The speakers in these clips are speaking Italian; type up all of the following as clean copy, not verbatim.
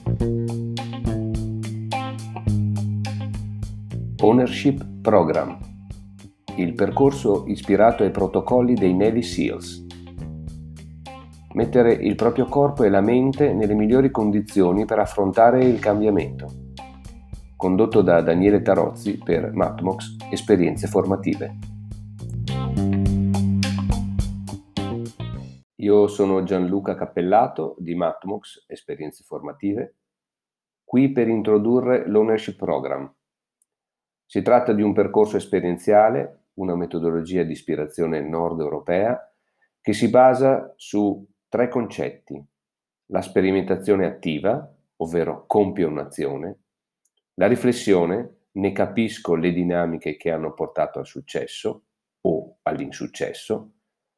Ownership Program, il percorso ispirato ai protocolli dei Navy SEALs. Mettere il proprio corpo e la mente nelle migliori condizioni per affrontare il cambiamento. Condotto da Daniele Tarozzi per Matmox Esperienze Formative. Io sono Gianluca Cappellato di Matmox Esperienze Formative, qui per introdurre l'Ownership Program. Si tratta di un percorso esperienziale, una metodologia di ispirazione nord europea che si basa su 3 concetti: la sperimentazione attiva, ovvero compio un'azione, la riflessione, ne capisco le dinamiche che hanno portato al successo o all'insuccesso,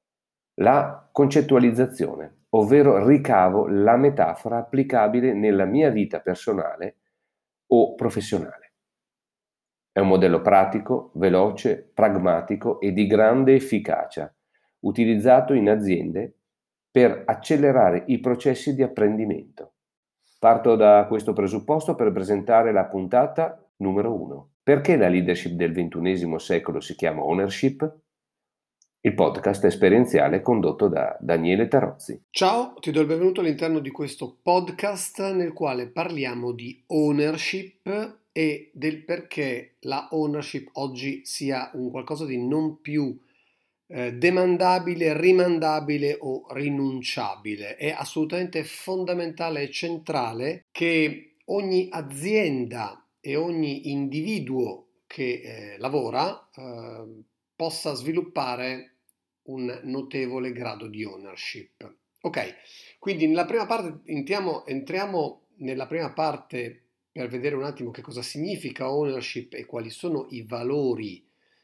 la concettualizzazione, ovvero ricavo la metafora applicabile nella mia vita personale o professionale. È un modello pratico, veloce, pragmatico e di grande efficacia, utilizzato in aziende per accelerare i processi di apprendimento. Parto da questo presupposto per presentare la puntata numero 1. Perché la leadership del XXI secolo si chiama ownership? Il podcast esperienziale condotto da Daniele Tarozzi. Ciao, ti do il benvenuto all'interno di questo podcast nel quale parliamo di ownership e del perché la ownership oggi sia un qualcosa di non più demandabile, rimandabile o rinunciabile. È assolutamente fondamentale e centrale che ogni azienda e ogni individuo che lavora possa sviluppare un notevole grado di ownership. Ok, quindi nella prima parte entriamo nella prima parte per vedere un attimo che cosa significa ownership e quali sono i valori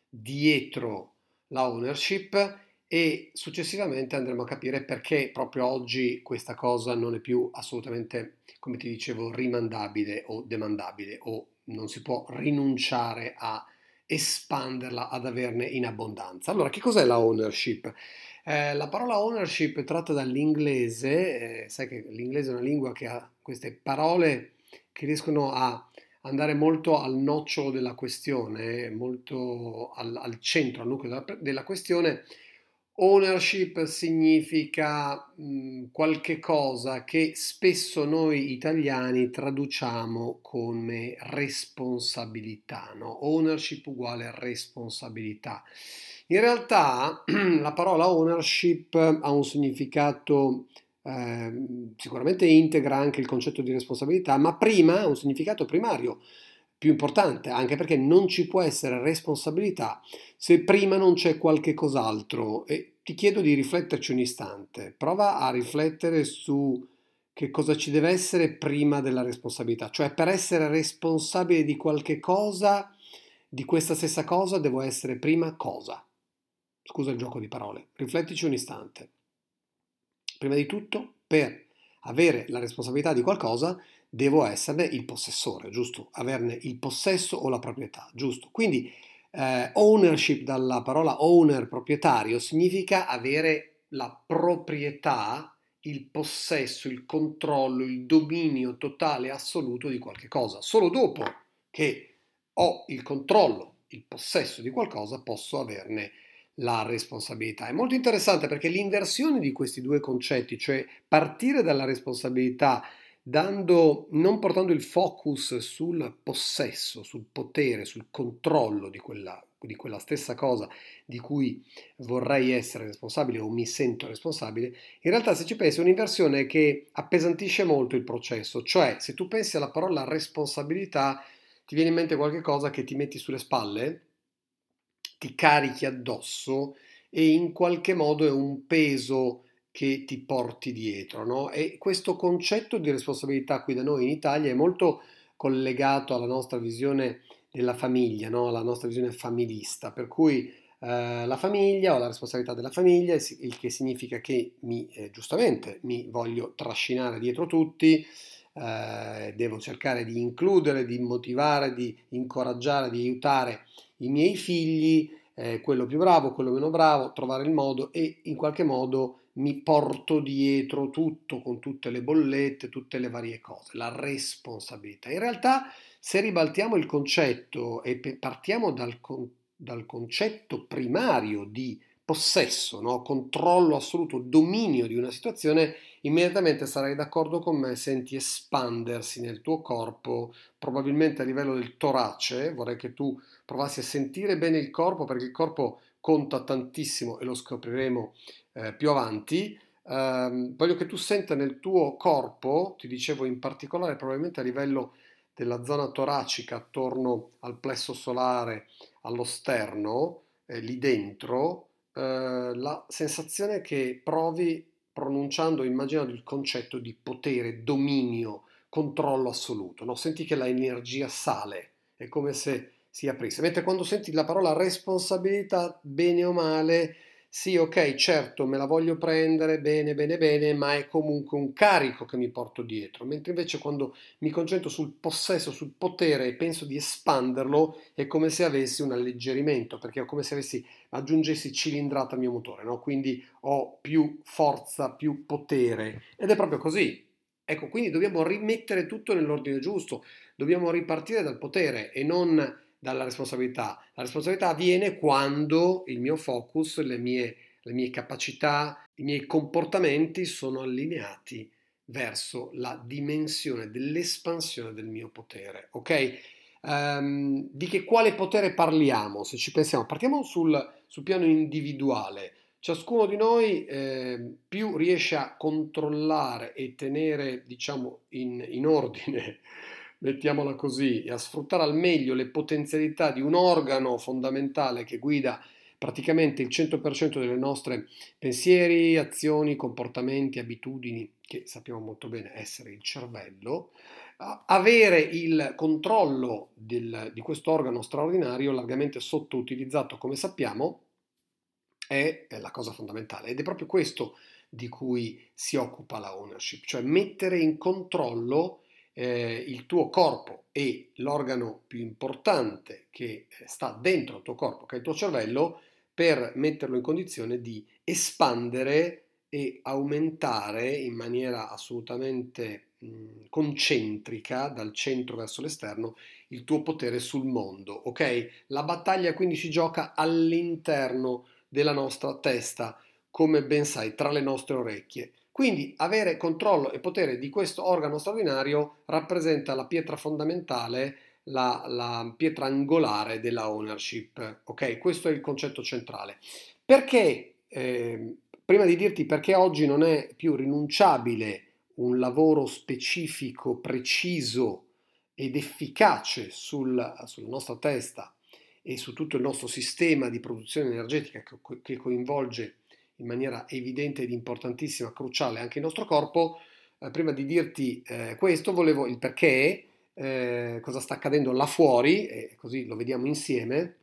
dietro la ownership, e successivamente andremo a capire perché proprio oggi questa cosa non è più assolutamente, come ti dicevo, rimandabile o demandabile, o non si può rinunciare a espanderla, ad averne in abbondanza. Allora, che cos'è la ownership? La parola ownership è tratta dall'inglese, sai che l'inglese è una lingua che ha queste parole che riescono a andare molto al nocciolo della questione, molto al centro, al nucleo della questione. Ownership significa qualche cosa che spesso noi italiani traduciamo come responsabilità, no? Ownership uguale responsabilità. In realtà la parola ownership ha un significato, sicuramente integra anche il concetto di responsabilità, ma prima ha un significato primario, più importante, anche perché non ci può essere responsabilità se prima non c'è qualche cos'altro. E ti chiedo di rifletterci un istante, prova a riflettere su che cosa ci deve essere prima della responsabilità, cioè per essere responsabile di qualche cosa, di questa stessa cosa, devo essere prima cosa. Scusa il gioco di parole, riflettici un istante. Prima di tutto, per avere la responsabilità di qualcosa, devo esserne il possessore, giusto? Averne il possesso o la proprietà, giusto? Quindi ownership, dalla parola owner, proprietario, significa avere la proprietà, il possesso, il controllo, il dominio totale assoluto di qualche cosa. Solo dopo che ho il controllo, il possesso di qualcosa, posso averne la responsabilità. È molto interessante perché l'inversione di questi due concetti, cioè partire dalla responsabilità non portando il focus sul possesso, sul potere, sul controllo di quella stessa cosa di cui vorrei essere responsabile o mi sento responsabile, in realtà, se ci pensi, è un'inversione che appesantisce molto il processo. Cioè, se tu pensi alla parola responsabilità, ti viene in mente qualche cosa che ti metti sulle spalle, ti carichi addosso, e in qualche modo è un peso che ti porti dietro, no? E questo concetto di responsabilità qui da noi in Italia è molto collegato alla nostra visione della famiglia, no? Alla nostra visione familista, per cui la famiglia, o la responsabilità della famiglia, il che significa che giustamente mi voglio trascinare dietro tutti, devo cercare di includere, di motivare, di incoraggiare, di aiutare i miei figli, quello più bravo, quello meno bravo, trovare il modo e in qualche modo mi porto dietro tutto con tutte le bollette, tutte le varie cose, la responsabilità. In realtà, se ribaltiamo il concetto e partiamo dal concetto primario di possesso, no? Controllo assoluto, dominio di una situazione, immediatamente sarai d'accordo con me, senti espandersi nel tuo corpo, probabilmente a livello del torace. Vorrei che tu provassi a sentire bene il corpo, perché il corpo conta tantissimo e lo scopriremo più avanti. Voglio che tu senta nel tuo corpo, ti dicevo in particolare probabilmente a livello della zona toracica attorno al plesso solare, allo sterno, lì dentro, la sensazione che provi pronunciando, immaginando il concetto di potere, dominio, controllo assoluto, no? Senti che l'energia sale, è come se si aprisse. Mentre quando senti la parola responsabilità, bene o male, sì, ok, certo, me la voglio prendere, bene, bene, bene, ma è comunque un carico che mi porto dietro. Mentre invece quando mi concentro sul possesso, sul potere e penso di espanderlo, è come se avessi un alleggerimento, perché è come se aggiungessi cilindrata al mio motore, no? Quindi ho più forza, più potere. Ed è proprio così. Ecco, quindi dobbiamo rimettere tutto nell'ordine giusto, dobbiamo ripartire dal potere e non dalla responsabilità. La responsabilità avviene quando il mio focus, le mie capacità, i miei comportamenti sono allineati verso la dimensione dell'espansione del mio potere. Ok? Di che quale potere parliamo? Se ci pensiamo, partiamo sul piano individuale. Ciascuno di noi più riesce a controllare e tenere, diciamo, in ordine, mettiamola così, e a sfruttare al meglio le potenzialità di un organo fondamentale che guida praticamente il 100% delle nostre pensieri, azioni, comportamenti, abitudini, che sappiamo molto bene essere il cervello. Avere il controllo di questo organo straordinario, largamente sottoutilizzato come sappiamo, è la cosa fondamentale ed è proprio questo di cui si occupa la ownership, cioè mettere in controllo il tuo corpo e l'organo più importante che sta dentro il tuo corpo, che è il tuo cervello, per metterlo in condizione di espandere e aumentare in maniera assolutamente concentrica dal centro verso l'esterno il tuo potere sul mondo, ok? La battaglia quindi si gioca all'interno della nostra testa, come ben sai, tra le nostre orecchie. Quindi avere controllo e potere di questo organo straordinario rappresenta la pietra fondamentale, la pietra angolare della ownership. Ok, questo è il concetto centrale. Perché, prima di dirti perché oggi non è più rinunciabile un specifico, preciso ed efficace sulla nostra testa e su tutto il nostro sistema di produzione energetica che coinvolge in maniera evidente ed importantissima, cruciale anche il nostro corpo, prima di dirti questo, volevo il perché, cosa sta accadendo là fuori, e così lo vediamo insieme,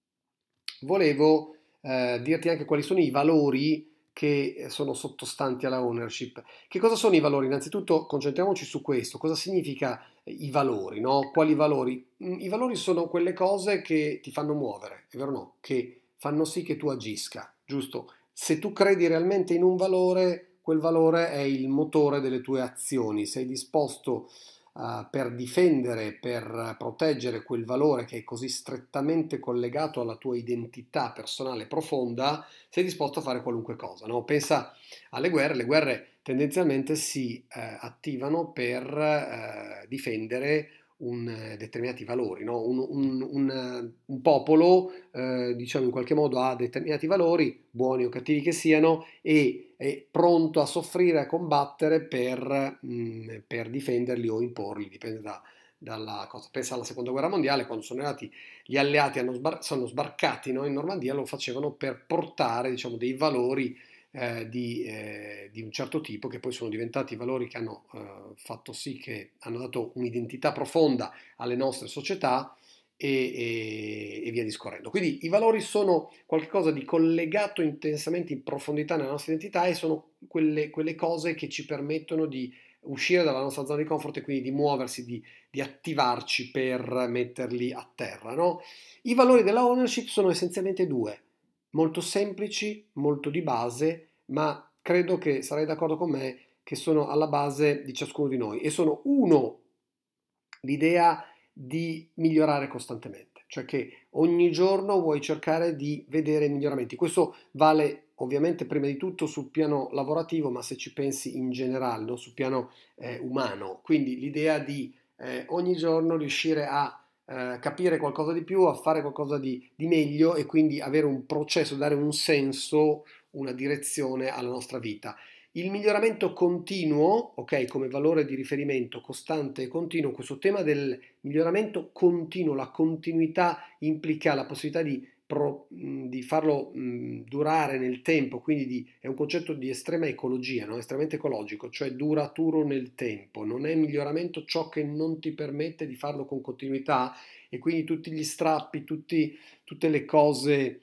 volevo dirti anche quali sono i valori che sono sottostanti alla ownership. Che cosa sono i valori? Innanzitutto concentriamoci su questo. Cosa significa i valori, no? Quali valori? I valori sono quelle cose che ti fanno muovere, è vero o no? Che fanno sì che tu agisca, giusto? Se tu credi realmente in un valore, quel valore è il motore delle tue azioni. Sei disposto per difendere, per proteggere quel valore che è così strettamente collegato alla tua identità personale profonda, sei disposto a fare qualunque cosa, no? Pensa alle guerre, le guerre tendenzialmente si attivano per difendere determinati valori, no? Un popolo, diciamo in qualche modo, ha determinati valori, buoni o cattivi che siano, e è pronto a soffrire, a combattere per difenderli o imporli, dipende dalla cosa. Pensa alla seconda guerra mondiale, quando sono arrivati gli alleati, sono sbarcati, no, in Normandia, lo facevano per portare, diciamo, dei valori di un certo tipo, che poi sono diventati valori che hanno fatto sì che hanno dato un'identità profonda alle nostre società e via discorrendo. Quindi i valori sono qualcosa di collegato intensamente in profondità nella nostra identità e sono quelle cose che ci permettono di uscire dalla nostra zona di comfort e quindi di muoversi, di attivarci per metterli a terra, no? I valori della ownership sono essenzialmente due, molto semplici, molto di base, ma credo che sarai d'accordo con me che sono alla base di ciascuno di noi e sono uno, l'idea di migliorare costantemente, cioè che ogni giorno vuoi cercare di vedere miglioramenti. Questo vale ovviamente prima di tutto sul piano lavorativo, ma se ci pensi in generale, no? Sul piano umano. Quindi l'idea di ogni giorno riuscire a capire qualcosa di più, a fare qualcosa di meglio e quindi avere un processo, dare un senso, una direzione alla nostra vita. Il miglioramento continuo, ok, come valore di riferimento costante e continuo, questo tema del miglioramento continuo, la continuità implica la possibilità di farlo durare nel tempo, quindi è un concetto di estrema ecologia, no? Estremamente ecologico, cioè duraturo nel tempo. Non è miglioramento ciò che non ti permette di farlo con continuità e quindi tutti gli strappi, tutte le cose,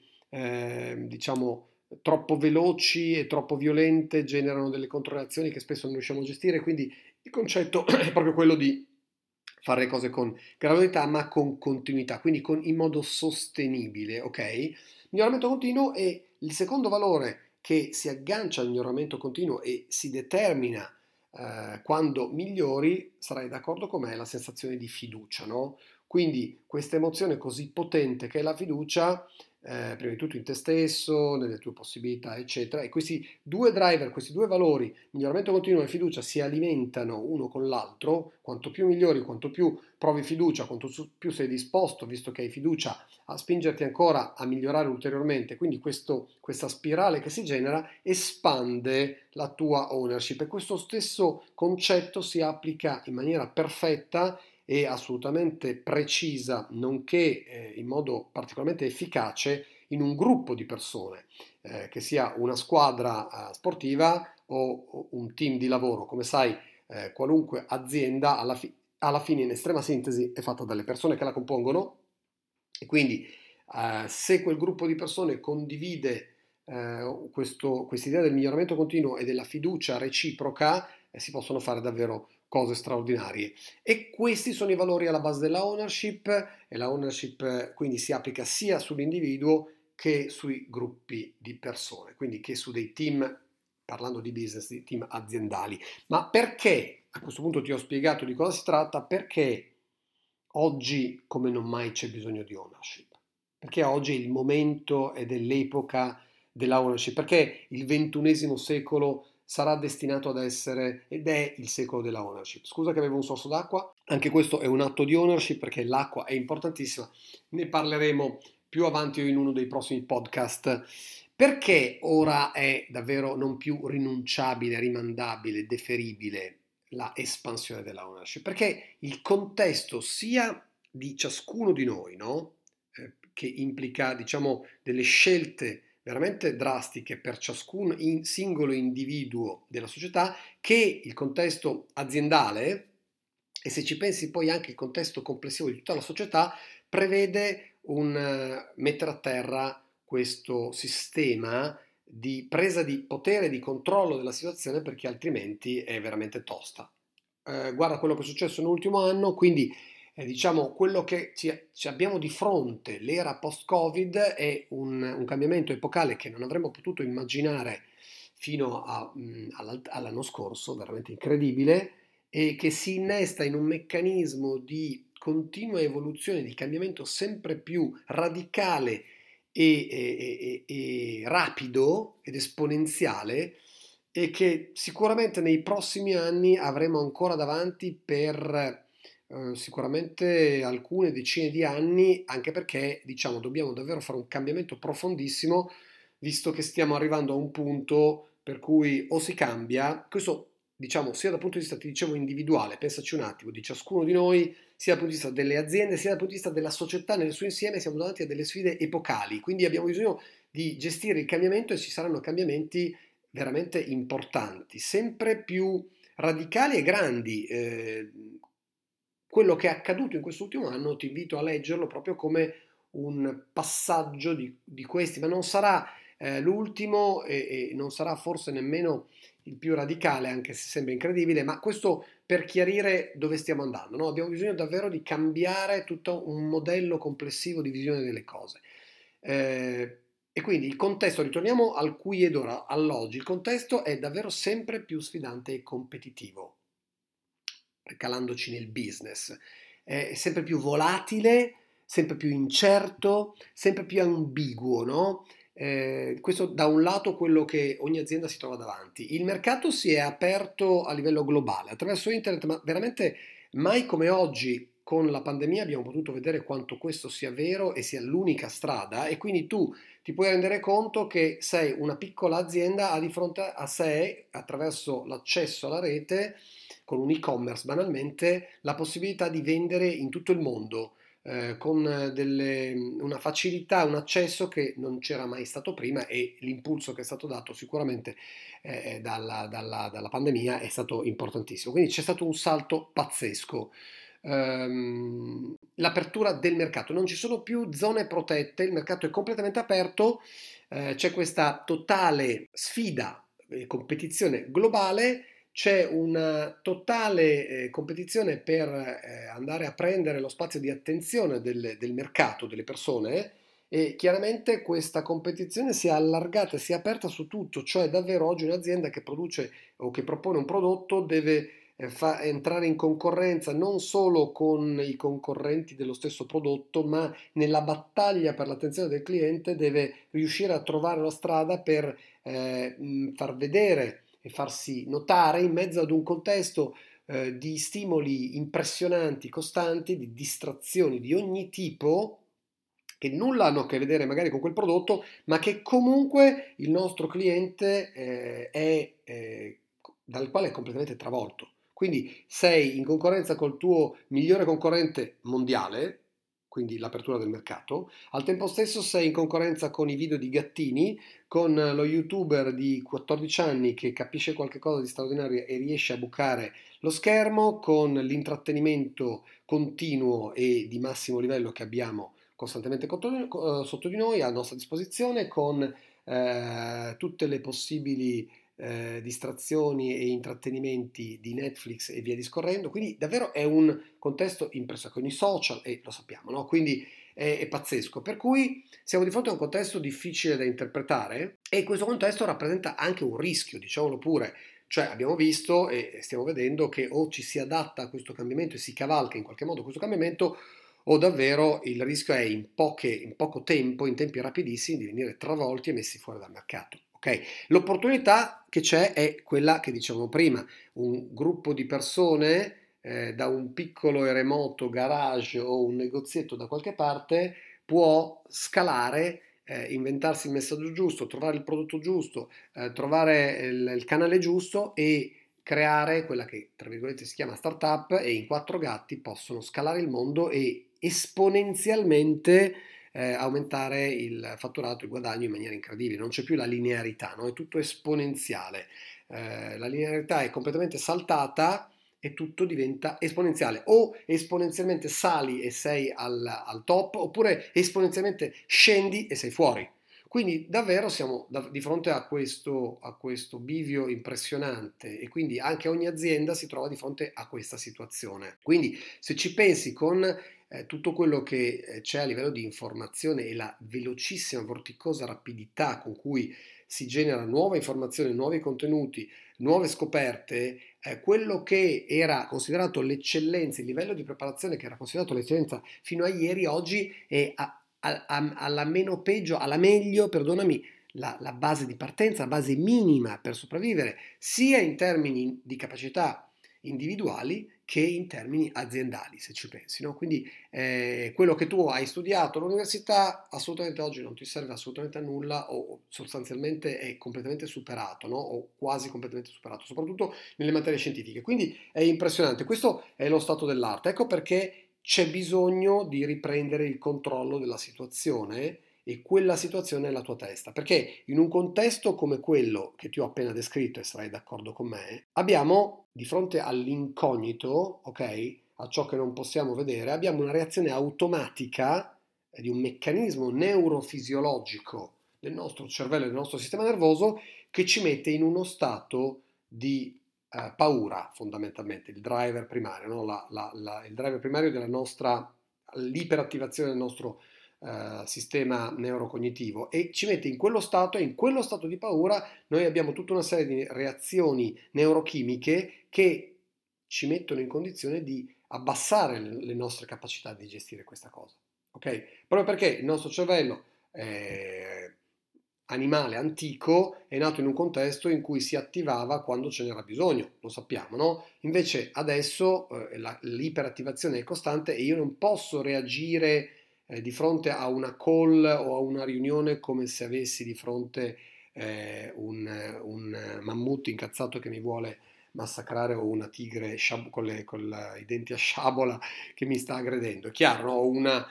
diciamo, troppo veloci e troppo violente generano delle controreazioni che spesso non riusciamo a gestire, quindi il concetto è proprio quello di fare le cose con gradualità ma con continuità, quindi in modo sostenibile, ok? Miglioramento continuo è il secondo valore che si aggancia al miglioramento continuo e si determina quando migliori, sarai d'accordo con me, la sensazione di fiducia, no? Quindi questa emozione così potente che è la fiducia prima di tutto in te stesso, nelle tue possibilità, eccetera. E questi due driver, questi due valori, miglioramento continuo e fiducia, si alimentano uno con l'altro. Quanto più migliori, quanto più provi fiducia, quanto più sei disposto, visto che hai fiducia, a spingerti ancora a migliorare ulteriormente. Quindi questa spirale che si genera espande la tua ownership. E questo stesso concetto si applica in maniera perfetta e assolutamente precisa, nonché in modo particolarmente efficace in un gruppo di persone, che sia una squadra sportiva o un team di lavoro. Come sai, qualunque azienda alla fine, in estrema sintesi, è fatta dalle persone che la compongono e quindi se quel gruppo di persone condivide quest'idea del miglioramento continuo e della fiducia reciproca, si possono fare davvero cose straordinarie. E questi sono i valori alla base della ownership e la ownership quindi si applica sia sull'individuo che sui gruppi di persone, quindi che su dei team, parlando di business, di team aziendali. Ma perché, a questo punto ti ho spiegato di cosa si tratta, perché oggi come non mai c'è bisogno di ownership? Perché oggi è il momento ed è l'epoca della ownership? Perché il XXI secolo sarà destinato ad essere ed è il secolo della ownership? Scusa che avevo un sorso d'acqua, anche questo è un atto di ownership perché l'acqua è importantissima, ne parleremo più avanti o in uno dei prossimi podcast. Perché ora è davvero non più rinunciabile, rimandabile, deferibile la espansione della ownership? Perché il contesto sia di ciascuno di noi, no? Che implica, diciamo, delle scelte veramente drastiche per ciascun singolo individuo della società, che il contesto aziendale, e se ci pensi poi anche il contesto complessivo di tutta la società, prevede un mettere a terra questo sistema di presa di potere, di controllo della situazione, perché altrimenti è veramente tosta. Guarda quello che è successo nell'ultimo anno, quindi diciamo quello che ci abbiamo di fronte, l'era post-Covid, è un cambiamento epocale che non avremmo potuto immaginare fino all'anno scorso, veramente incredibile, e che si innesta in un meccanismo di continua evoluzione, di cambiamento sempre più radicale e rapido ed esponenziale e che sicuramente nei prossimi anni avremo ancora davanti per sicuramente alcune decine di anni, anche perché diciamo dobbiamo davvero fare un cambiamento profondissimo, visto che stiamo arrivando a un punto per cui o si cambia, questo diciamo sia dal punto di vista, ti dicevo, individuale, pensaci un attimo, di ciascuno di noi, sia dal punto di vista delle aziende, sia dal punto di vista della società nel suo insieme, siamo davanti a delle sfide epocali, quindi abbiamo bisogno di gestire il cambiamento e ci saranno cambiamenti veramente importanti, sempre più radicali e grandi. Quello che è accaduto in quest'ultimo anno ti invito a leggerlo proprio come un passaggio di questi, ma non sarà l'ultimo e non sarà forse nemmeno il più radicale, anche se sembra incredibile, ma questo per chiarire dove stiamo andando, no? Abbiamo bisogno davvero di cambiare tutto un modello complessivo di visione delle cose. E quindi il contesto, ritorniamo al qui ed ora, all'oggi, il contesto è davvero sempre più sfidante e competitivo, calandoci nel business. È sempre più volatile, sempre più incerto, sempre più ambiguo, no? Questo da un lato quello che ogni azienda si trova davanti. Il mercato si è aperto a livello globale attraverso internet, ma veramente mai come oggi con la pandemia abbiamo potuto vedere quanto questo sia vero e sia l'unica strada, e quindi tu ti puoi rendere conto che sei una piccola azienda, ha di fronte a sé, attraverso l'accesso alla rete, con un e-commerce banalmente, la possibilità di vendere in tutto il mondo. Con una facilità, un accesso che non c'era mai stato prima, e l'impulso che è stato dato sicuramente dalla pandemia è stato importantissimo. Quindi c'è stato un salto pazzesco. L'apertura del mercato, non ci sono più zone protette, il mercato è completamente aperto, c'è questa totale sfida e competizione globale, c'è una totale competizione per andare a prendere lo spazio di attenzione del mercato, delle persone, e chiaramente questa competizione si è allargata, si è aperta su tutto, cioè davvero oggi un'azienda che produce o che propone un prodotto deve entrare in concorrenza non solo con i concorrenti dello stesso prodotto, ma nella battaglia per l'attenzione del cliente deve riuscire a trovare la strada per far vedere e farsi notare in mezzo ad un contesto di stimoli impressionanti, costanti, di distrazioni di ogni tipo che nulla hanno a che vedere magari con quel prodotto, ma che comunque il nostro cliente dal quale è completamente travolto. Quindi sei in concorrenza col tuo migliore concorrente mondiale, quindi l'apertura del mercato, al tempo stesso sei in concorrenza con i video di gattini, con lo youtuber di 14 anni che capisce qualcosa di straordinario e riesce a bucare lo schermo, con l'intrattenimento continuo e di massimo livello che abbiamo costantemente sotto di noi, a nostra disposizione, con tutte le possibili distrazioni e intrattenimenti di Netflix e via discorrendo. Quindi davvero è un contesto impressionante con i social, e lo sappiamo, no? Quindi è pazzesco. Per cui siamo di fronte a un contesto difficile da interpretare, e questo contesto rappresenta anche un rischio, diciamolo pure. Cioè abbiamo visto e stiamo vedendo che o ci si adatta a questo cambiamento e si cavalca in qualche modo questo cambiamento, o davvero il rischio è in poco tempo, in tempi rapidissimi, di venire travolti e messi fuori dal mercato. Okay? L'opportunità che c'è è quella che dicevamo prima: un gruppo di persone da un piccolo e remoto garage o un negozietto da qualche parte può scalare, inventarsi il messaggio giusto, trovare il prodotto giusto, trovare il canale giusto e creare quella che tra virgolette si chiama startup, e in quattro gatti possono scalare il mondo e esponenzialmente aumentare il fatturato, il guadagno in maniera incredibile. Non c'è più la linearità, no? È tutto esponenziale. La linearità è completamente saltata e tutto diventa esponenziale. O esponenzialmente sali e sei al top, oppure esponenzialmente scendi e sei fuori. Quindi davvero siamo di fronte a questo bivio impressionante, e quindi anche ogni azienda si trova di fronte a questa situazione. Quindi se ci pensi con tutto quello che c'è a livello di informazione e la velocissima, vorticosa rapidità con cui si genera nuova informazione, nuovi contenuti, nuove scoperte, quello che era considerato l'eccellenza, il livello di preparazione che era considerato l'eccellenza fino a ieri, oggi è alla meno peggio, alla meglio, perdonami, la base di partenza, la base minima per sopravvivere, sia in termini di capacità individuali che in termini aziendali, se ci pensi, no? Quindi quello che tu hai studiato all'università assolutamente oggi non ti serve assolutamente a nulla, o sostanzialmente è completamente superato, no? O quasi completamente superato, soprattutto nelle materie scientifiche. Quindi è impressionante, questo è lo stato dell'arte. Ecco perché c'è bisogno di riprendere il controllo della situazione, e quella situazione è la tua testa, perché in un contesto come quello che ti ho appena descritto, e sarai d'accordo con me, abbiamo di fronte all'incognito, ok, a ciò che non possiamo vedere, abbiamo una reazione automatica di un meccanismo neurofisiologico del nostro cervello e del nostro sistema nervoso che ci mette in uno stato di paura, fondamentalmente, il driver primario, no? Il driver primario della nostra, l'iperattivazione del nostro sistema neurocognitivo e ci mette in quello stato, e in quello stato di paura noi abbiamo tutta una serie di reazioni neurochimiche che ci mettono in condizione di abbassare le nostre capacità di gestire questa cosa, ok? Proprio perché il nostro cervello animale antico è nato in un contesto in cui si attivava quando ce n'era bisogno, lo sappiamo, no? Invece adesso l'iperattivazione è costante e io non posso reagire di fronte a una call o a una riunione come se avessi di fronte un mammut incazzato che mi vuole massacrare o una tigre con i denti a sciabola che mi sta aggredendo. È chiaro, no? O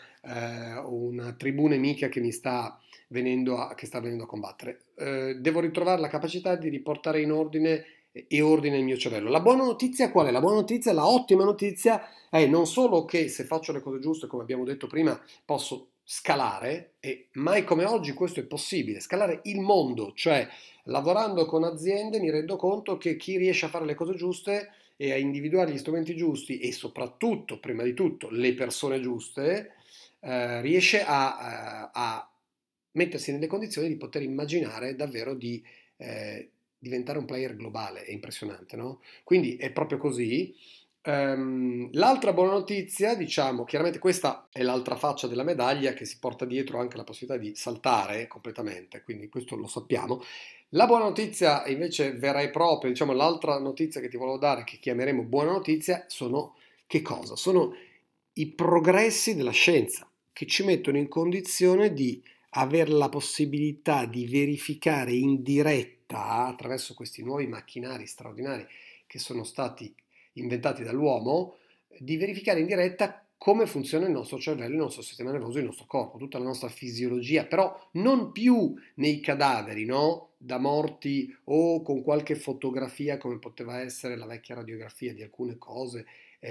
una tribù nemica che mi sta che sta venendo a combattere. Devo ritrovare la capacità di riportare in ordine e ordine il mio cervello. La buona notizia qual è? La buona notizia, la ottima notizia è non solo che se faccio le cose giuste, come abbiamo detto prima, posso scalare, e mai come oggi questo è possibile, scalare il mondo, cioè lavorando con aziende mi rendo conto che chi riesce a fare le cose giuste e a individuare gli strumenti giusti e soprattutto, prima di tutto, le persone giuste, riesce a mettersi nelle condizioni di poter immaginare davvero di diventare un player globale. È impressionante, no? Quindi è proprio così. L'altra buona notizia, diciamo, chiaramente questa è l'altra faccia della medaglia che si porta dietro anche la possibilità di saltare completamente, quindi questo lo sappiamo. La buona notizia invece vera e propria, diciamo l'altra notizia che ti volevo dare, che chiameremo buona notizia, sono che cosa? Sono i progressi della scienza che ci mettono in condizione di avere la possibilità di verificare in diretta attraverso questi nuovi macchinari straordinari che sono stati inventati dall'uomo, di verificare in diretta come funziona il nostro cervello, il nostro sistema nervoso, il nostro corpo, tutta la nostra fisiologia, però non più nei cadaveri, no? Da morti o con qualche fotografia come poteva essere la vecchia radiografia di alcune cose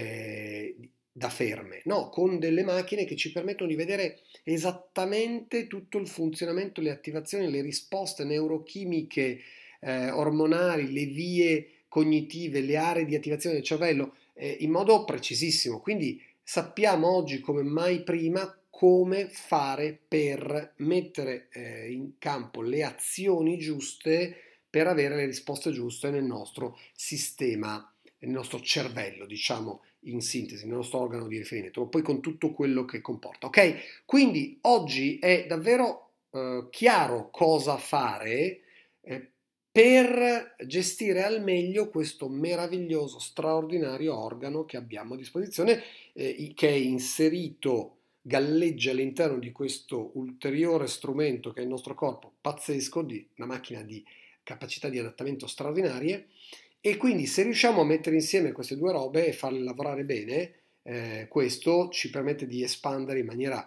da ferme, no, con delle macchine che ci permettono di vedere esattamente tutto il funzionamento, le attivazioni, le risposte neurochimiche, ormonali, le vie cognitive, le aree di attivazione del cervello in modo precisissimo. Quindi sappiamo oggi come mai prima come fare per mettere in campo le azioni giuste per avere le risposte giuste nel nostro sistema, nel nostro cervello, diciamo in sintesi, nel nostro organo di riferimento, ma poi con tutto quello che comporta. Ok? Quindi oggi è davvero chiaro cosa fare per gestire al meglio questo meraviglioso, straordinario organo che abbiamo a disposizione, che è inserito, galleggia all'interno di questo ulteriore strumento che è il nostro corpo, pazzesco, di una macchina di capacità di adattamento straordinarie. E quindi se riusciamo a mettere insieme queste due robe e farle lavorare bene, questo ci permette di espandere in maniera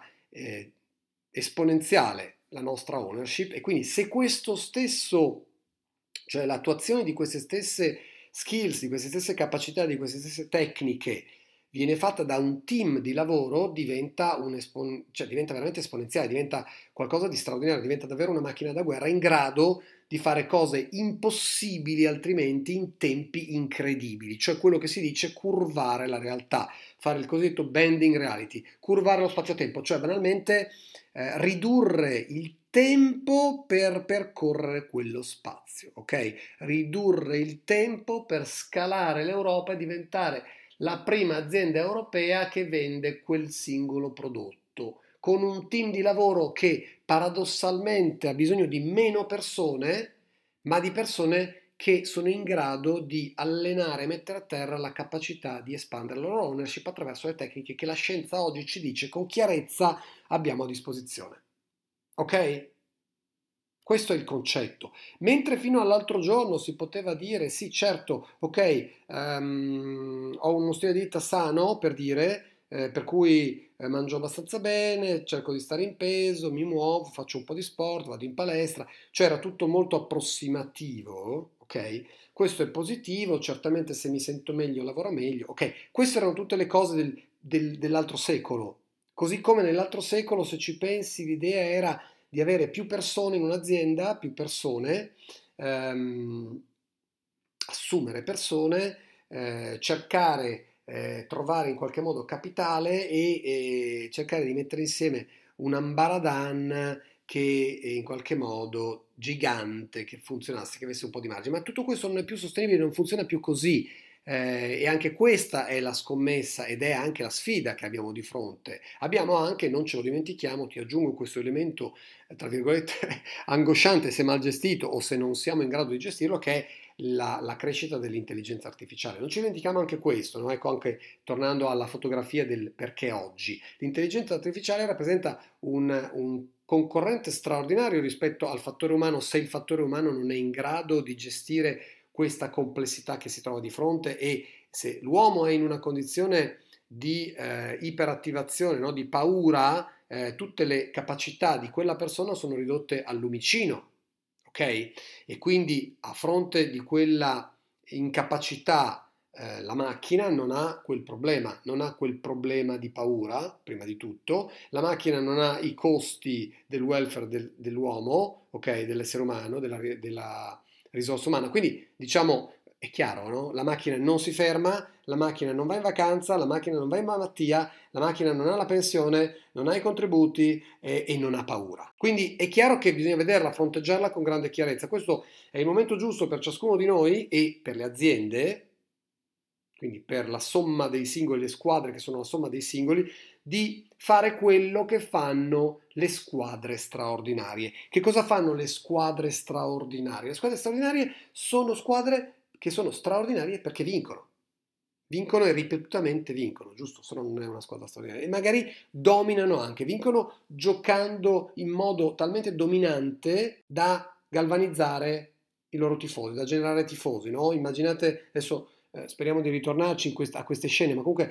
esponenziale la nostra ownership. E quindi se questo stesso, cioè l'attuazione di queste stesse skills, di queste stesse capacità, di queste stesse tecniche viene fatta da un team di lavoro, cioè diventa veramente esponenziale, diventa qualcosa di straordinario, diventa davvero una macchina da guerra in grado di fare cose impossibili altrimenti in tempi incredibili, cioè quello che si dice curvare la realtà, fare il cosiddetto bending reality, curvare lo spazio-tempo, cioè banalmente ridurre il tempo per percorrere quello spazio, ok? Ridurre il tempo per scalare l'Europa e diventare la prima azienda europea che vende quel singolo prodotto, con un team di lavoro che paradossalmente ha bisogno di meno persone, ma di persone che sono in grado di allenare e mettere a terra la capacità di espandere la loro ownership attraverso le tecniche che la scienza oggi ci dice con chiarezza abbiamo a disposizione. Ok? Questo è il concetto. Mentre fino all'altro giorno si poteva dire sì, certo, ok, ho uno stile di vita sano, per dire, per cui mangio abbastanza bene, cerco di stare in peso, mi muovo, faccio un po' di sport, vado in palestra, cioè era tutto molto approssimativo, ok? Questo è positivo, certamente se mi sento meglio lavoro meglio, ok? Queste erano tutte le cose dell'altro secolo. Così come nell'altro secolo, se ci pensi, l'idea era di avere più persone in un'azienda, più persone, assumere persone, cercare, trovare in qualche modo capitale e cercare di mettere insieme un ambaradan che in qualche modo gigante, che funzionasse, che avesse un po' di margine, ma tutto questo non è più sostenibile, non funziona più così. E anche questa è la scommessa ed è anche la sfida che abbiamo di fronte. Abbiamo anche, non ce lo dimentichiamo, ti aggiungo questo elemento, tra virgolette, angosciante se mal gestito o se non siamo in grado di gestirlo, che è la crescita dell'intelligenza artificiale. Non ci dimentichiamo anche questo, no? Ecco, anche tornando alla fotografia del perché oggi. L'intelligenza artificiale rappresenta un concorrente straordinario rispetto al fattore umano se il fattore umano non è in grado di gestire questa complessità che si trova di fronte e se l'uomo è in una condizione di iperattivazione, no? Di paura, tutte le capacità di quella persona sono ridotte al lumicino, ok? E quindi a fronte di quella incapacità la macchina non ha quel problema, non ha quel problema di paura, prima di tutto, la macchina non ha i costi del welfare dell'uomo, ok, dell'essere umano, della risorsa umana, quindi diciamo è chiaro, no? La macchina non si ferma, la macchina non va in vacanza, la macchina non va in malattia, la macchina non ha la pensione, non ha i contributi e non ha paura. Quindi è chiaro che bisogna vederla, fronteggiarla con grande chiarezza. Questo è il momento giusto per ciascuno di noi e per le aziende, quindi per la somma dei singoli, le squadre che sono la somma dei singoli, di fare quello che fanno le squadre straordinarie. Che cosa fanno le squadre straordinarie? Le squadre straordinarie sono squadre che sono straordinarie perché vincono. Vincono e ripetutamente vincono, giusto? Se no non è una squadra straordinaria. E magari dominano anche, vincono giocando in modo talmente dominante da galvanizzare i loro tifosi, da generare tifosi, no? Immaginate, adesso speriamo di ritornarci a queste scene, ma comunque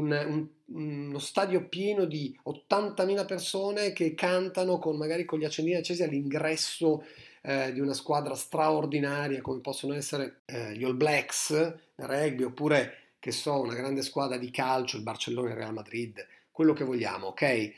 uno stadio pieno di 80.000 persone che cantano magari con gli accendini accesi all'ingresso di una squadra straordinaria come possono essere gli All Blacks del rugby oppure che so, una grande squadra di calcio, il Barcellona, il Real Madrid, quello che vogliamo, ok?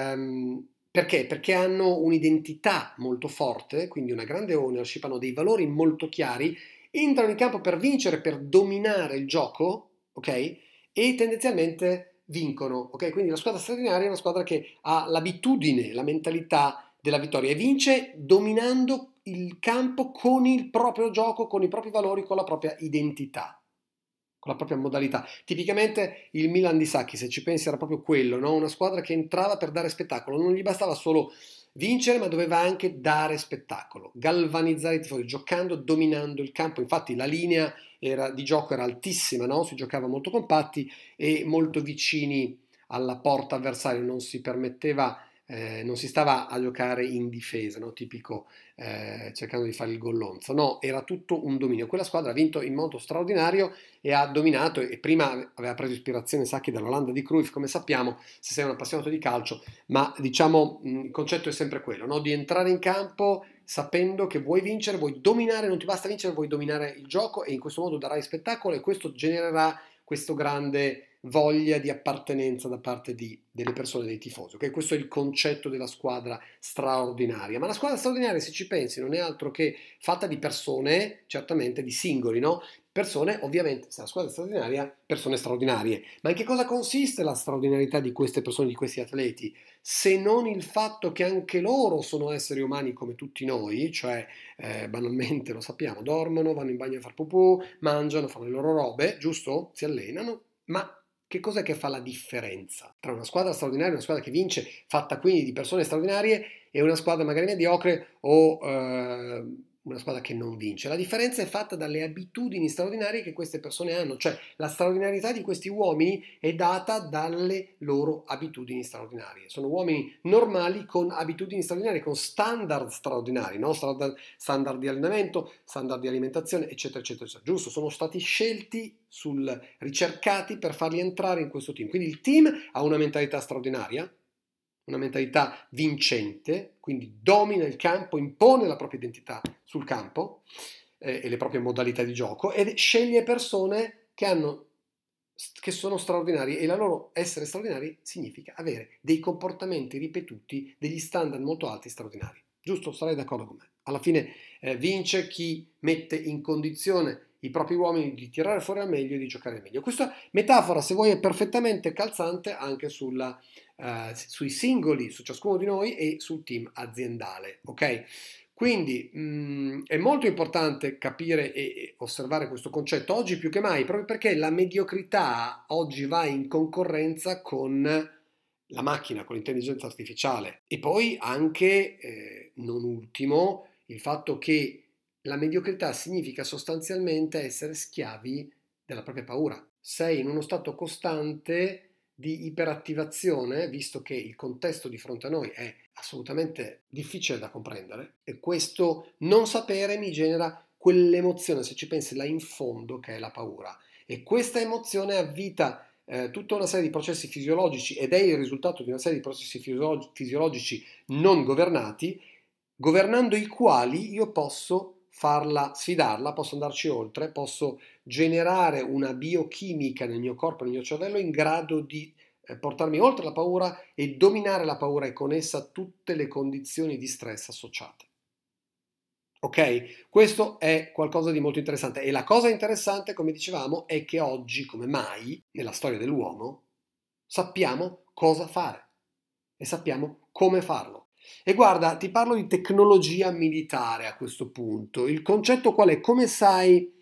Perché? Perché hanno un'identità molto forte, quindi una grande ownership, hanno dei valori molto chiari, entrano in campo per vincere, per dominare il gioco, ok? E tendenzialmente vincono, ok? Quindi la squadra straordinaria è una squadra che ha l'abitudine, la mentalità della vittoria e vince dominando il campo con il proprio gioco, con i propri valori, con la propria identità, con la propria modalità. Tipicamente il Milan di Sacchi, se ci pensi, era proprio quello, no? Una squadra che entrava per dare spettacolo, non gli bastava solo vincere, ma doveva anche dare spettacolo, galvanizzare i tifosi, giocando, dominando il campo. Infatti la linea di gioco era altissima, no? Si giocava molto compatti e molto vicini alla porta avversaria, non si permetteva, non si stava a giocare in difesa, no? Tipico cercando di fare il gollonzo, no, era tutto un dominio. Quella squadra ha vinto in modo straordinario e ha dominato e prima aveva preso ispirazione Sacchi dall'Olanda di Cruyff, come sappiamo, se sei un appassionato di calcio, ma diciamo il concetto è sempre quello, no? Di entrare in campo sapendo che vuoi vincere, vuoi dominare, non ti basta vincere, vuoi dominare il gioco e in questo modo darai spettacolo e questo genererà questo grande voglia di appartenenza da parte delle persone, dei tifosi. Okay? Questo è il concetto della squadra straordinaria. Ma la squadra straordinaria, se ci pensi, non è altro che fatta di persone, certamente di singoli, no? Persone, ovviamente, se la squadra è straordinaria, persone straordinarie. Ma in che cosa consiste la straordinarietà di queste persone, di questi atleti? Se non il fatto che anche loro sono esseri umani come tutti noi, cioè banalmente lo sappiamo, dormono, vanno in bagno a far pupù, mangiano, fanno le loro robe, giusto? Si allenano, ma che cos'è che fa la differenza tra una squadra straordinaria, una squadra che vince, fatta quindi di persone straordinarie, e una squadra magari mediocre o una squadra che non vince? La differenza è fatta dalle abitudini straordinarie che queste persone hanno, cioè la straordinarietà di questi uomini è data dalle loro abitudini straordinarie. Sono uomini normali con abitudini straordinarie, con standard straordinari, no? Standard di allenamento, standard di alimentazione, eccetera, eccetera, eccetera. Giusto? Sono stati scelti, ricercati per farli entrare in questo team. Quindi il team ha una mentalità straordinaria, una mentalità vincente, quindi domina il campo, impone la propria identità sul campo e le proprie modalità di gioco ed sceglie persone che sono straordinarie e la loro essere straordinari significa avere dei comportamenti ripetuti, degli standard molto alti straordinari. Giusto? Sarai d'accordo con me? Alla fine vince chi mette in condizione i propri uomini di tirare fuori al meglio e di giocare al meglio. Questa metafora, se vuoi, è perfettamente calzante anche sui singoli, su ciascuno di noi e sul team aziendale, ok? Quindi è molto importante capire e osservare questo concetto oggi più che mai, proprio perché la mediocrità oggi va in concorrenza con la macchina, con l'intelligenza artificiale. E poi anche, non ultimo, il fatto che la mediocrità significa sostanzialmente essere schiavi della propria paura. Sei in uno stato costante di iperattivazione, visto che il contesto di fronte a noi è assolutamente difficile da comprendere e questo non sapere mi genera quell'emozione, se ci pensi là in fondo, che è la paura. E questa emozione avvita tutta una serie di processi fisiologici ed è il risultato di una serie di processi fisiologici non governati, governando i quali io posso farla, sfidarla, posso andarci oltre, posso generare una biochimica nel mio corpo, nel mio cervello in grado di portarmi oltre la paura e dominare la paura e con essa tutte le condizioni di stress associate. Ok? Questo è qualcosa di molto interessante e la cosa interessante, come dicevamo, è che oggi, come mai, nella storia dell'uomo, sappiamo cosa fare e sappiamo come farlo. E guarda, ti parlo di tecnologia militare a questo punto. Il concetto qual è? Come sai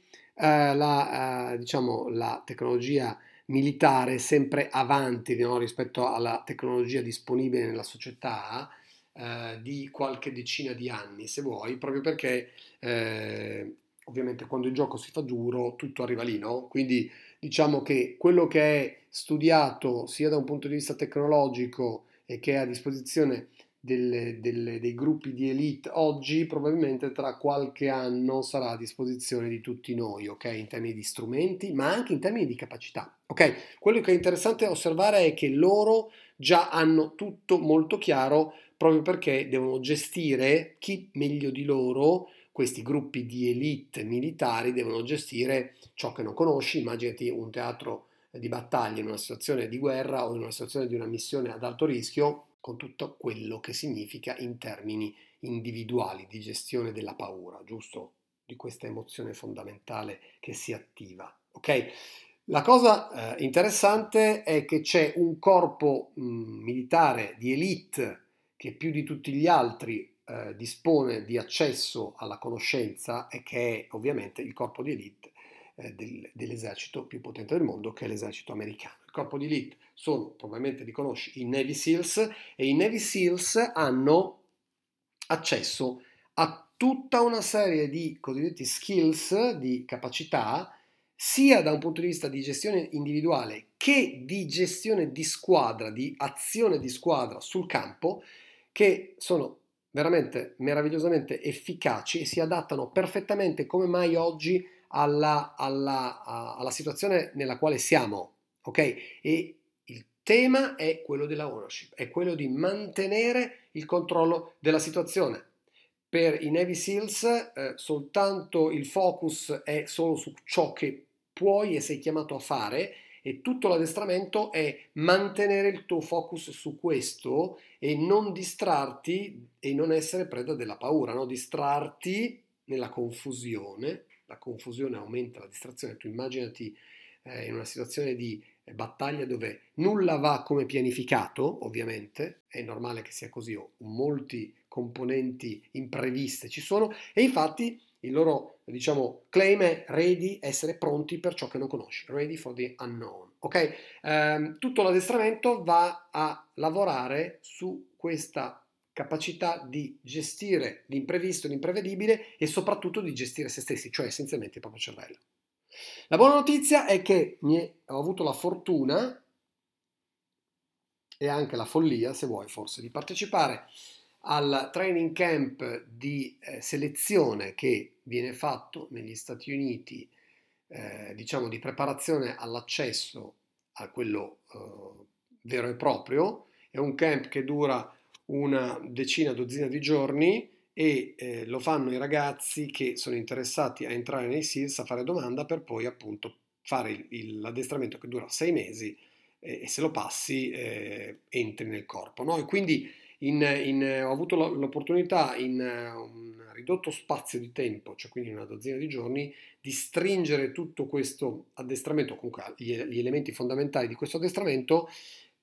diciamo, la tecnologia militare è sempre avanti, no, rispetto alla tecnologia disponibile nella società di qualche decina di anni, se vuoi, proprio perché ovviamente quando il gioco si fa duro tutto arriva lì, no? Quindi diciamo che quello che è studiato sia da un punto di vista tecnologico e che è a disposizione dei gruppi di elite oggi, probabilmente tra qualche anno sarà a disposizione di tutti noi, ok? In termini di strumenti, ma anche in termini di capacità, ok? Quello che è interessante osservare è che loro già hanno tutto molto chiaro proprio perché devono gestire chi meglio di loro, questi gruppi di elite militari devono gestire ciò che non conosci. Immaginati un teatro di battaglia in una situazione di guerra o in una situazione di una missione ad alto rischio, con tutto quello che significa in termini individuali di gestione della paura, giusto? Di questa emozione fondamentale che si attiva. Ok? La cosa interessante è che c'è un corpo militare di elite che più di tutti gli altri dispone di accesso alla conoscenza e che è ovviamente il corpo di elite dell'esercito più potente del mondo, che è l'esercito americano. Il corpo di elite sono, probabilmente li conosci, i Navy SEALs, e i Navy SEALs hanno accesso a tutta una serie di cosiddetti skills, di capacità, sia da un punto di vista di gestione individuale che di gestione di squadra, di azione di squadra sul campo, che sono veramente meravigliosamente efficaci e si adattano perfettamente come mai oggi alla situazione nella quale siamo, ok? E il tema è quello della ownership, è quello di mantenere il controllo della situazione. Per i Navy SEALs soltanto il focus è solo su ciò che puoi e sei chiamato a fare e tutto l'addestramento è mantenere il tuo focus su questo e non distrarti e non essere preda della paura, no? Distrarti nella confusione, la confusione aumenta la distrazione, tu immaginati in una situazione di battaglia dove nulla va come pianificato, ovviamente, è normale che sia così, o molti componenti impreviste ci sono e infatti il loro, diciamo, claim è ready, essere pronti per ciò che non conosci, ready for the unknown, ok? Tutto l'addestramento va a lavorare su questa capacità di gestire l'imprevisto, l'imprevedibile e soprattutto di gestire se stessi, cioè essenzialmente il proprio cervello. La buona notizia è che ho avuto la fortuna e anche la follia, se vuoi forse, di partecipare al training camp di selezione che viene fatto negli Stati Uniti, diciamo di preparazione all'accesso a quello vero e proprio. È un camp che dura una decina, dozzina di giorni e lo fanno i ragazzi che sono interessati a entrare nei SEALs, a fare domanda per poi appunto fare l'addestramento che dura 6 mesi e se lo passi entri nel corpo. No? E quindi ho avuto l'opportunità in un ridotto spazio di tempo, cioè quindi una dozzina di giorni, di stringere tutto questo addestramento, comunque gli elementi fondamentali di questo addestramento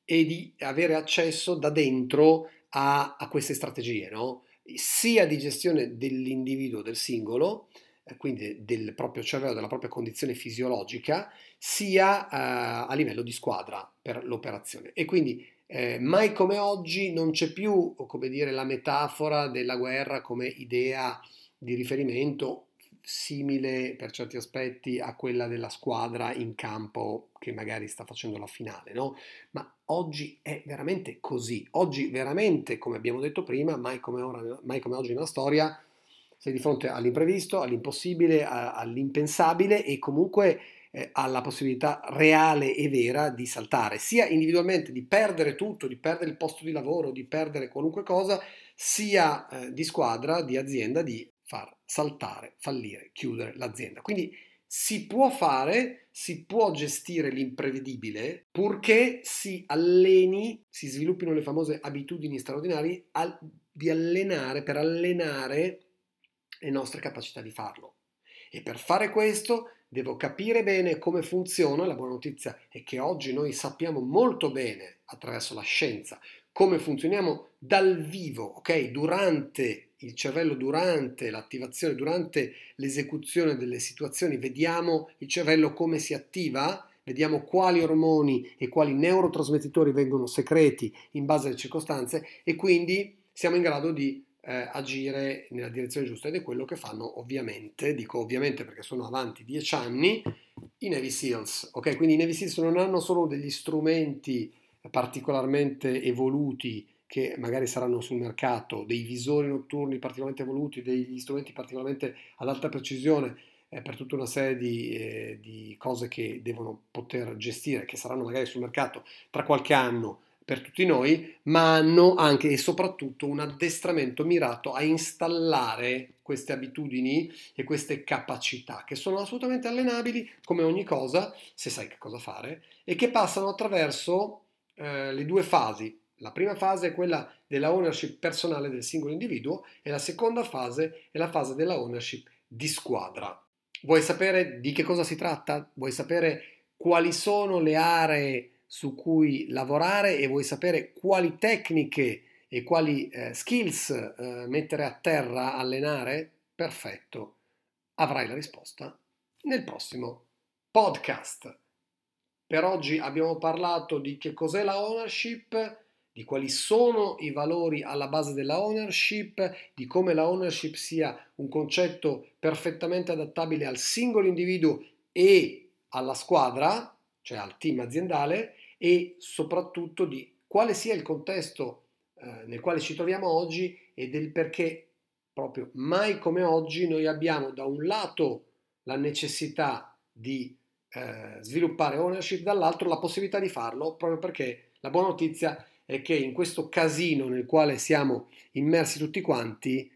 e di avere accesso da dentro a queste strategie, no? Sia di gestione dell'individuo, del singolo, quindi del proprio cervello, della propria condizione fisiologica, sia a livello di squadra per l'operazione. E quindi mai come oggi non c'è più, come dire, la metafora della guerra come idea di riferimento simile per certi aspetti a quella della squadra in campo che magari sta facendo la finale, no? Ma oggi è veramente così. Oggi veramente, come abbiamo detto prima, mai come oggi nella storia, sei di fronte all'imprevisto, all'impossibile, all'impensabile e comunque alla possibilità reale e vera di saltare, sia individualmente di perdere tutto, di perdere il posto di lavoro, di perdere qualunque cosa, sia di squadra, di azienda, di far saltare, fallire, chiudere l'azienda. Quindi si può fare, si può gestire l'imprevedibile purché si alleni, si sviluppino le famose abitudini straordinarie di allenare, per allenare le nostre capacità di farlo. E per fare questo devo capire bene come funziona. La buona notizia è che oggi noi sappiamo molto bene, attraverso la scienza, come funzioniamo dal vivo, ok? Durante il cervello, durante l'attivazione, durante l'esecuzione delle situazioni, vediamo il cervello come si attiva, vediamo quali ormoni e quali neurotrasmettitori vengono secreti in base alle circostanze e quindi siamo in grado di agire nella direzione giusta ed è quello che fanno ovviamente, dico ovviamente perché sono avanti 10 anni, i Navy Seals, ok? Quindi i Navy Seals non hanno solo degli strumenti particolarmente evoluti che magari saranno sul mercato, dei visori notturni particolarmente evoluti, degli strumenti particolarmente ad alta precisione per tutta una serie di cose che devono poter gestire, che saranno magari sul mercato tra qualche anno per tutti noi, ma hanno anche e soprattutto un addestramento mirato a installare queste abitudini e queste capacità che sono assolutamente allenabili come ogni cosa, se sai che cosa fare, e che passano attraverso le due fasi. La prima fase è quella della ownership personale del singolo individuo e la seconda fase è la fase della ownership di squadra. Vuoi sapere di che cosa si tratta? Vuoi sapere quali sono le aree su cui lavorare e vuoi sapere quali tecniche e quali skills mettere a terra, allenare? Perfetto, avrai la risposta nel prossimo podcast. Per oggi abbiamo parlato di che cos'è la ownership, di quali sono i valori alla base della ownership, di come la ownership sia un concetto perfettamente adattabile al singolo individuo e alla squadra, cioè al team aziendale, e soprattutto di quale sia il contesto nel quale ci troviamo oggi e del perché proprio mai come oggi noi abbiamo da un lato la necessità di sviluppare ownership, dall'altro la possibilità di farlo, proprio perché la buona notizia è che in questo casino nel quale siamo immersi tutti quanti,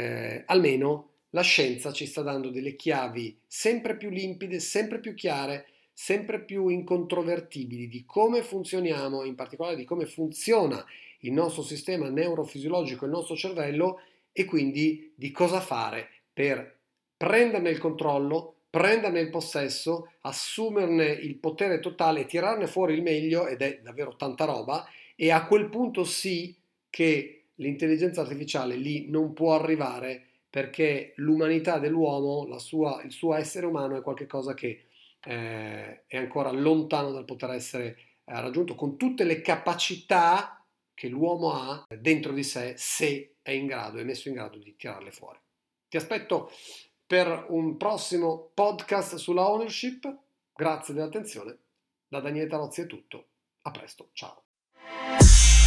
almeno la scienza ci sta dando delle chiavi sempre più limpide, sempre più chiare, sempre più incontrovertibili di come funzioniamo, in particolare di come funziona il nostro sistema neurofisiologico, il nostro cervello e quindi di cosa fare per prenderne il controllo, prenderne il possesso, assumerne il potere totale, tirarne fuori il meglio, ed è davvero tanta roba, e a quel punto sì che l'intelligenza artificiale lì non può arrivare perché l'umanità dell'uomo, il suo essere umano è qualcosa che è ancora lontano dal poter essere raggiunto con tutte le capacità che l'uomo ha dentro di sé se è in grado, è messo in grado di tirarle fuori. Ti aspetto per un prossimo podcast sulla ownership. Grazie dell'attenzione. Da Daniele Tarozzi è tutto. A presto, ciao.